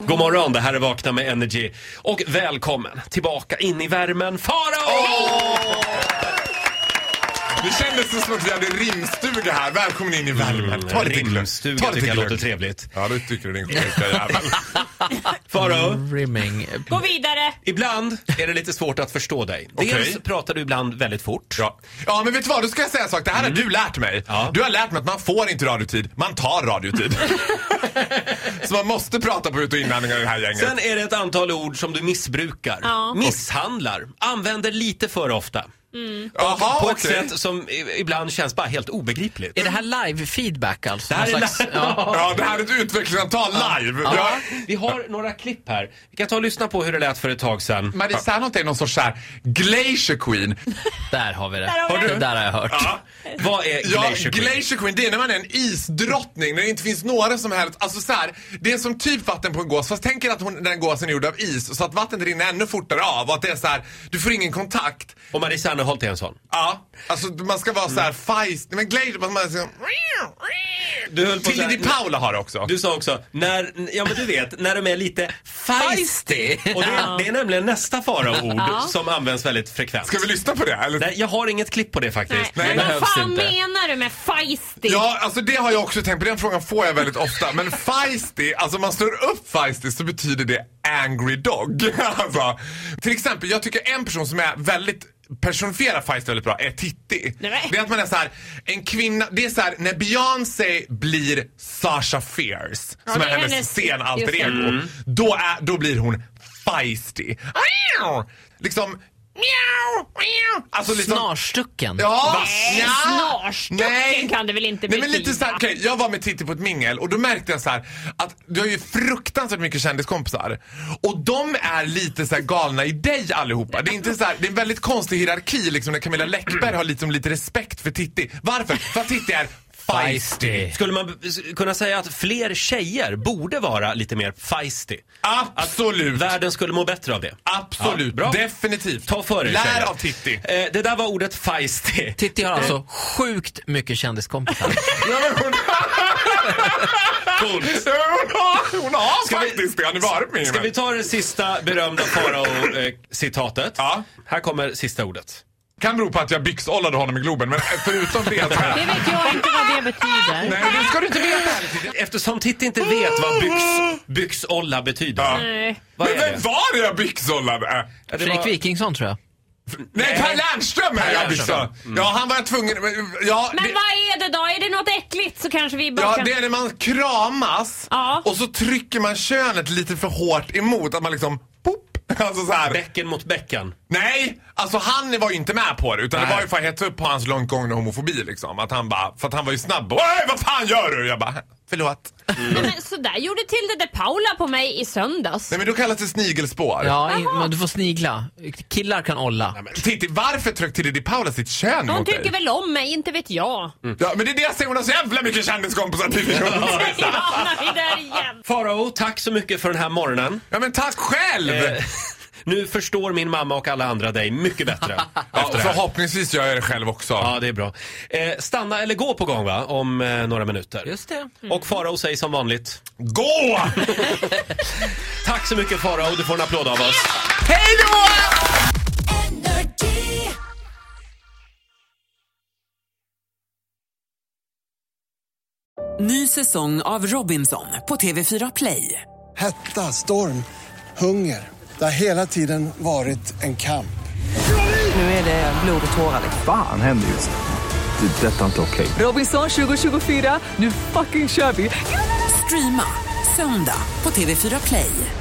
God morgon, det här är Vakna med Energy. Och välkommen tillbaka in i värmen, Farao! Det kändes som att vi hade rimstuga här. Välkommen in i värmen. Ta lite rimstuga, tycker jag låter trevligt. Ja, du tycker det är en sjuka jävel. Farao, Rimming. Gå vidare. Ibland är det lite svårt att förstå dig. Dels pratar du ibland väldigt fort. Ja, men vet du vad? Då ska jag säga en sak. Det här har du lärt mig. Ja. Du har lärt mig att man får inte radiotid. Man tar radiotid. Så man måste prata på ut- och inlandningar i det här gänget. Sen är det ett antal ord som du missbrukar. Ja. Misshandlar. Använder lite för ofta. Aha, på ett sätt som ibland känns bara helt obegripligt. Är det här live-feedback alltså? Det här är ja, det här är ett utvecklingssamtal live. Ja. Vi har några klipp här. Vi kan ta och lyssna på hur det lät för ett tag sedan. Marie Serneholt är någon sorts så här Glacier Queen. Där har vi det. Där har jag hört. Ja. Vad är Glacier Queen? Glacier Queen, det är när man är en isdrottning. När det inte finns några som helst. Alltså så här, det är som typ vatten på en gås. Fast tänk er att den gåsen är gjord av is. Så att vattnet rinner ännu fortare av. Och att det är så här, du får ingen kontakt. Och Marie Serneholt är en sån. Ja, alltså man ska vara så här feist. Men Glacier, man ska... Tilly Di Paula har det också. Du sa också, men du vet, när de är lite feisty. Och det är nämligen nästa Farao-ord som används väldigt frekvent. Ska vi lyssna på det? Eller? Nej, jag har inget klipp på det faktiskt. Nej, men vad fan menar du med feisty? Ja, alltså det har jag också tänkt på. Den frågan får jag väldigt ofta. Men feisty, alltså man slår upp feisty så betyder det angry dog. Alltså, till exempel, jag tycker en person som är väldigt personifierar feisty väldigt bra är Titti. Det är att man är så här, en kvinna, det är så här, när Beyoncé blir Sasha Fierce, som är hennes scenalter ego, då blir hon feisty. Liksom alltså liksom, snarstucken. Ja, snarstucken kan det väl inte betyda. Nej, men lite så här, jag var med Titti på ett mingel och då märkte jag så här att du har ju fruktansvärt mycket kändiskompisar och de är lite så här galna i dig allihopa. Det är inte så här, det är en väldigt konstig hierarki liksom, när Camilla Läckberg har lite respekt för Titti. Varför? För att Titti är feisty. Skulle man kunna säga att fler tjejer borde vara lite mer feisty? Absolut. Att världen skulle må bättre av det. Absolut, ja, definitivt. Ta för er, lär tjejer. av Titti. Det där var ordet feisty. Titti har alltså sjukt mycket kändiskompisar. Coolt. Hon har faktiskt det. Han är varit med. Ska vi ta det sista berömda Farao-citatet? Ja. Här kommer sista ordet. Kan bero på att jag byxollade honom i Globen, men förutom det... Det vet jag inte vad det betyder. Nej, det ska du inte veta. Eftersom Titti inte vet vad byxolla betyder. Ja. Nej. Men vem var det jag byxollade? Fredrik Wikingsson, tror jag. Nej, Per Lernström är jag byxollade. Ja, han var tvungen... Ja, Men vad är det då? Är det något äckligt så kanske vi bara Ja, kan... det är när man kramas och så trycker man könet lite för hårt emot. Att man liksom... Pop, alltså så här. Bäcken mot bäcken. Nej, alltså han var ju inte med på det. Utan det var ju för att hetsa upp på hans långt gångna homofobi liksom. Att han bara, för att han var ju snabb och vad fan gör du? Jag bara, förlåt. Men så där gjorde Tilde de Paula på mig i söndags. Nej, men då kallas det snigelspår. Ja, men du får snigla. Killar kan olla. Titti, varför tryckte Tilde de Paula sitt kön mot Hon dig? tycker väl om mig, inte vet jag. Ja, men det är det jag säger, hon har så jävla mycket kändiskompisar till. Ja, vi där igen. Farao, tack så mycket för den här morgonen. Ja, men tack själv! Nu förstår min mamma och alla andra dig mycket bättre. Ja, förhoppningsvis gör jag det själv också. Ja, det är bra. Stanna eller gå på gång, va? Om några minuter. Just det. Och Farao säger som vanligt: gå! Tack så mycket, Farao. Du får en applåd av oss. Hej då! Ny säsong av Robinson på TV4 Play. Hetta, storm, hunger. Det har hela tiden varit en kamp. Nu är det blod och tårar. Fan händer just det. Detta är inte okej. Robinson 2024, nu fucking kör vi. Streama söndag på TV4 Play.